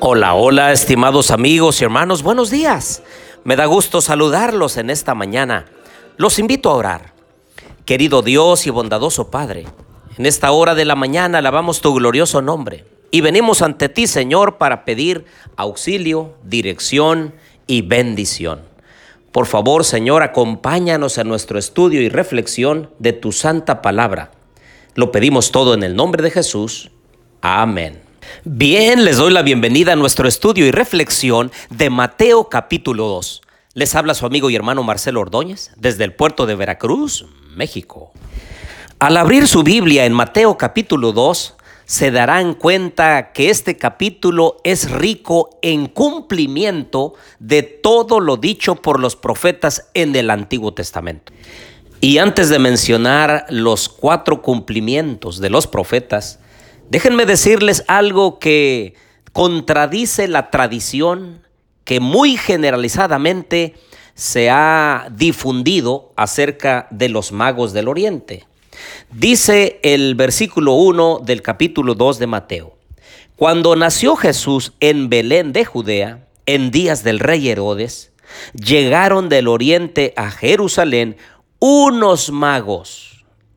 Hola, hola, estimados amigos y hermanos, buenos días. Me da gusto saludarlos en esta mañana. Los invito a orar. Querido Dios y bondadoso Padre, en esta hora de la mañana alabamos tu glorioso nombre y venimos ante ti, Señor, para pedir auxilio, dirección y bendición. Por favor, Señor, acompáñanos en nuestro estudio y reflexión de tu santa palabra. Lo pedimos todo en el nombre de Jesús. Amén. Bien, les doy la bienvenida a nuestro estudio y reflexión de Mateo capítulo 2. Les habla su amigo y hermano Marcelo Ordóñez desde el puerto de Veracruz, México. Al abrir su Biblia en Mateo capítulo 2, se darán cuenta que este capítulo es rico en cumplimiento de todo lo dicho por los profetas en el Antiguo Testamento. Y antes de mencionar los 4 cumplimientos de los profetas, déjenme decirles algo que contradice la tradición que muy generalizadamente se ha difundido acerca de los magos del Oriente. Dice el versículo 1 del capítulo 2 de Mateo: Cuando nació Jesús en Belén de Judea, en días del rey Herodes, llegaron del Oriente a Jerusalén unos magos.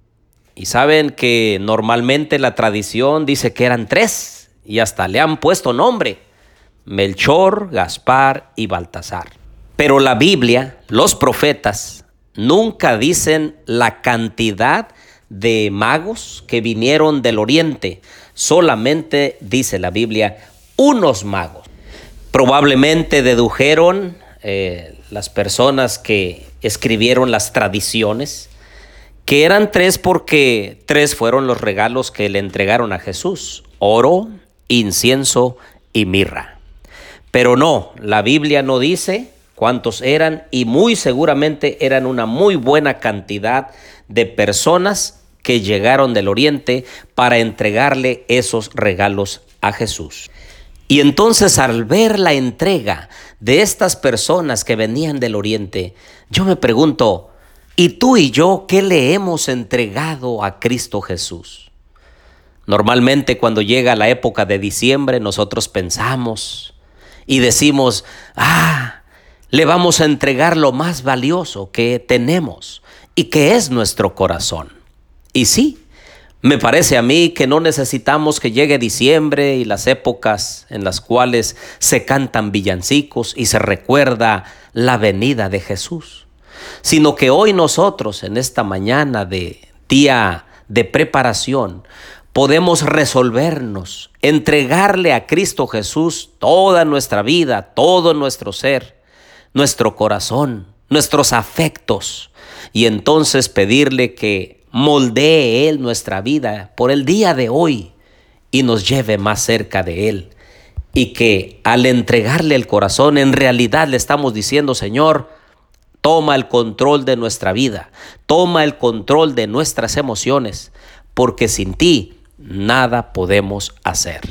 Y saben que normalmente la tradición dice que eran 3 y hasta le han puesto nombre: Melchor, Gaspar y Baltasar. Pero la Biblia, los profetas, nunca dicen la cantidad de magos que vinieron del Oriente. Solamente dice la Biblia unos magos. Probablemente dedujeron las personas que escribieron las tradiciones que eran 3 porque 3 fueron los regalos que le entregaron a Jesús: oro, incienso y mirra. Pero no, la Biblia no dice cuántos eran, y muy seguramente eran una muy buena cantidad de personas que llegaron del Oriente para entregarle esos regalos a Jesús. Y entonces, al ver la entrega de estas personas que venían del Oriente, yo me pregunto: ¿y tú y yo qué le hemos entregado a Cristo Jesús? Normalmente cuando llega la época de diciembre, nosotros pensamos y decimos: le vamos a entregar lo más valioso que tenemos y que es nuestro corazón. Y sí, me parece a mí que no necesitamos que llegue diciembre y las épocas en las cuales se cantan villancicos y se recuerda la venida de Jesús, sino que hoy nosotros, en esta mañana de día de preparación, podemos resolvernos, entregarle a Cristo Jesús toda nuestra vida, todo nuestro ser, nuestro corazón, nuestros afectos, y entonces pedirle que moldee Él nuestra vida por el día de hoy y nos lleve más cerca de Él. Y que al entregarle el corazón, en realidad le estamos diciendo: Señor, toma el control de nuestra vida, toma el control de nuestras emociones, porque sin ti nada podemos hacer.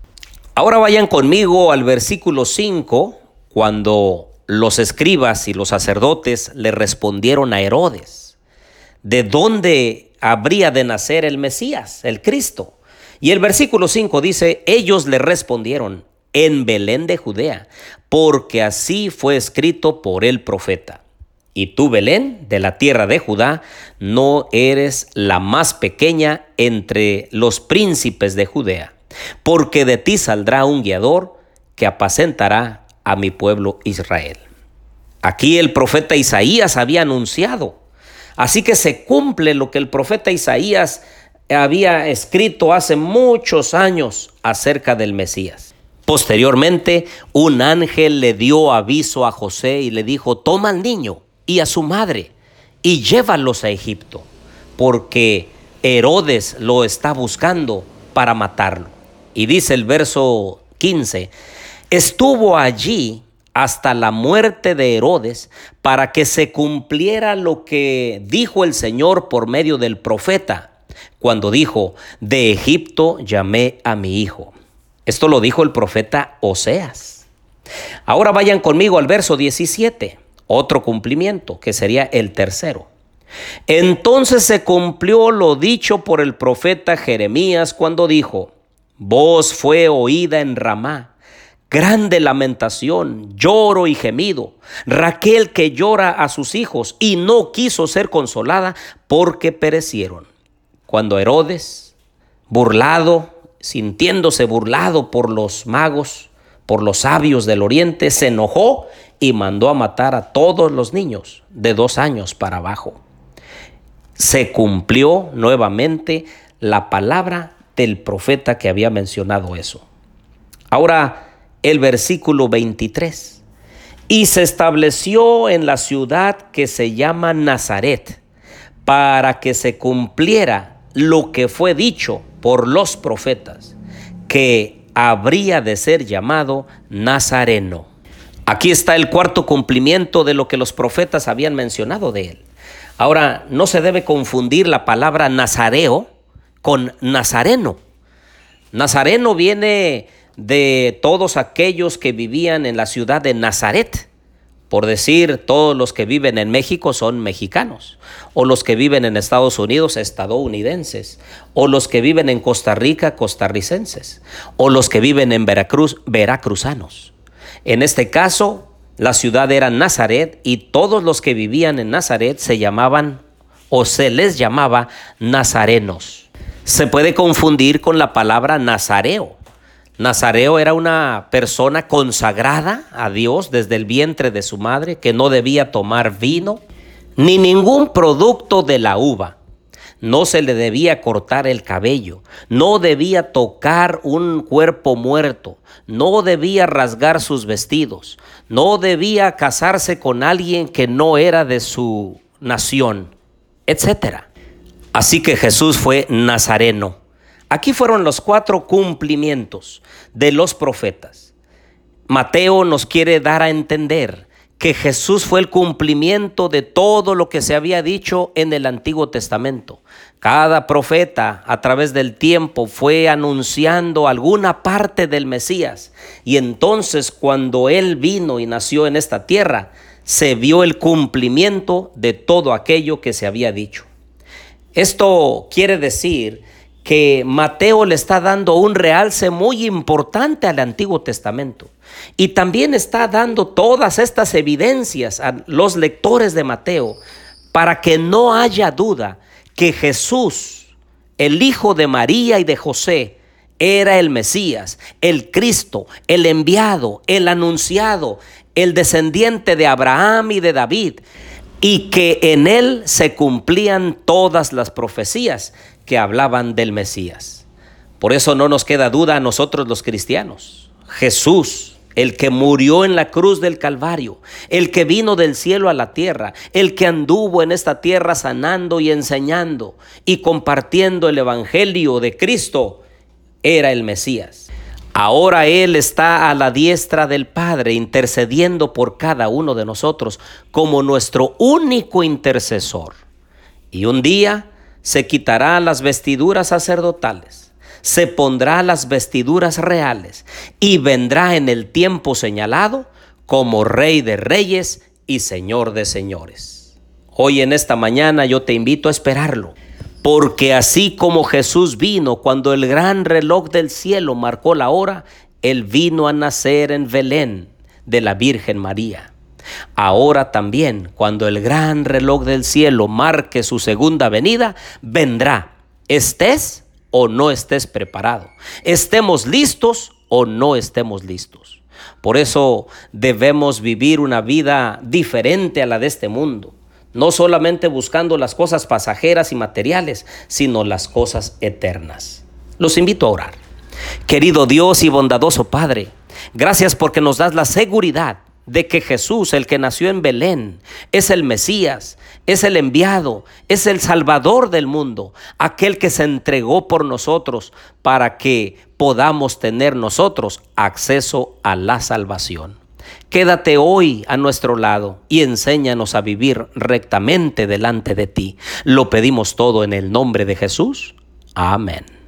Ahora vayan conmigo al versículo 5, cuando los escribas y los sacerdotes le respondieron a Herodes de dónde habría de nacer el Mesías, el Cristo. Y el versículo 5 dice: ellos le respondieron: en Belén de Judea, porque así fue escrito por el profeta. Y tú, Belén, de la tierra de Judá, no eres la más pequeña entre los príncipes de Judea, porque de ti saldrá un guiador que apacentará a mi pueblo Israel. Aquí el profeta Isaías había anunciado, así que se cumple lo que el profeta Isaías había escrito hace muchos años acerca del Mesías. Posteriormente, un ángel le dio aviso a José y le dijo: toma al niño y a su madre y llévalos a Egipto, porque Herodes lo está buscando para matarlo. Y dice el verso 15: estuvo allí hasta la muerte de Herodes, para que se cumpliera lo que dijo el Señor por medio del profeta, cuando dijo: de Egipto llamé a mi hijo. Esto lo dijo el profeta Oseas. Ahora vayan conmigo al verso 17, otro cumplimiento que sería el tercero. Entonces se cumplió lo dicho por el profeta Jeremías cuando dijo: voz fue oída en Ramá, grande lamentación, lloro y gemido. Raquel que llora a sus hijos y no quiso ser consolada porque perecieron. Cuando Herodes, sintiéndose burlado por los magos, por los sabios del oriente, se enojó y mandó a matar a todos los niños de 2 años para abajo. Se cumplió nuevamente la palabra del profeta que había mencionado eso. Ahora el versículo 23. Y se estableció en la ciudad que se llama Nazaret, para que se cumpliera lo que fue dicho por los profetas, que habría de ser llamado Nazareno. Aquí está el cuarto cumplimiento de lo que los profetas habían mencionado de él. Ahora, no se debe confundir la palabra nazareo con nazareno. Nazareno viene de todos aquellos que vivían en la ciudad de Nazaret. Por decir, todos los que viven en México son mexicanos, o los que viven en Estados Unidos, estadounidenses, o los que viven en Costa Rica, costarricenses, o los que viven en Veracruz, veracruzanos. En este caso, la ciudad era Nazaret y todos los que vivían en Nazaret se llamaban o se les llamaba nazarenos. Se puede confundir con la palabra nazareo. Nazareo era una persona consagrada a Dios desde el vientre de su madre, que no debía tomar vino ni ningún producto de la uva. No se le debía cortar el cabello, no debía tocar un cuerpo muerto, no debía rasgar sus vestidos, no debía casarse con alguien que no era de su nación, etc. Así que Jesús fue nazareno. Aquí fueron los 4 cumplimientos de los profetas. Mateo nos quiere dar a entender que Jesús fue el cumplimiento de todo lo que se había dicho en el Antiguo Testamento. Cada profeta a través del tiempo fue anunciando alguna parte del Mesías, y entonces cuando Él vino y nació en esta tierra, se vio el cumplimiento de todo aquello que se había dicho. Esto quiere decir que Mateo le está dando un realce muy importante al Antiguo Testamento, y también está dando todas estas evidencias a los lectores de Mateo para que no haya duda que Jesús, el hijo de María y de José, era el Mesías, el Cristo, el enviado, el anunciado, el descendiente de Abraham y de David, y que en él se cumplían todas las profecías que hablaban del Mesías. Por eso no nos queda duda a nosotros los cristianos. Jesús, el que murió en la cruz del Calvario, el que vino del cielo a la tierra, el que anduvo en esta tierra sanando y enseñando y compartiendo el evangelio de Cristo, era el Mesías. Ahora Él está a la diestra del Padre, intercediendo por cada uno de nosotros como nuestro único intercesor. Y un día se quitará las vestiduras sacerdotales, se pondrá las vestiduras reales y vendrá en el tiempo señalado como Rey de Reyes y Señor de Señores. Hoy en esta mañana yo te invito a esperarlo, porque así como Jesús vino cuando el gran reloj del cielo marcó la hora, Él vino a nacer en Belén de la Virgen María. Ahora también, cuando el gran reloj del cielo marque su segunda venida, vendrá, estés o no estés preparado, estemos listos o no estemos listos. Por eso debemos vivir una vida diferente a la de este mundo, no solamente buscando las cosas pasajeras y materiales, sino las cosas eternas. Los invito a orar. Querido Dios y bondadoso Padre, gracias porque nos das la seguridad de que Jesús, el que nació en Belén, es el Mesías, es el enviado, es el Salvador del mundo, aquel que se entregó por nosotros para que podamos tener nosotros acceso a la salvación. Quédate hoy a nuestro lado y enséñanos a vivir rectamente delante de ti. Lo pedimos todo en el nombre de Jesús. Amén.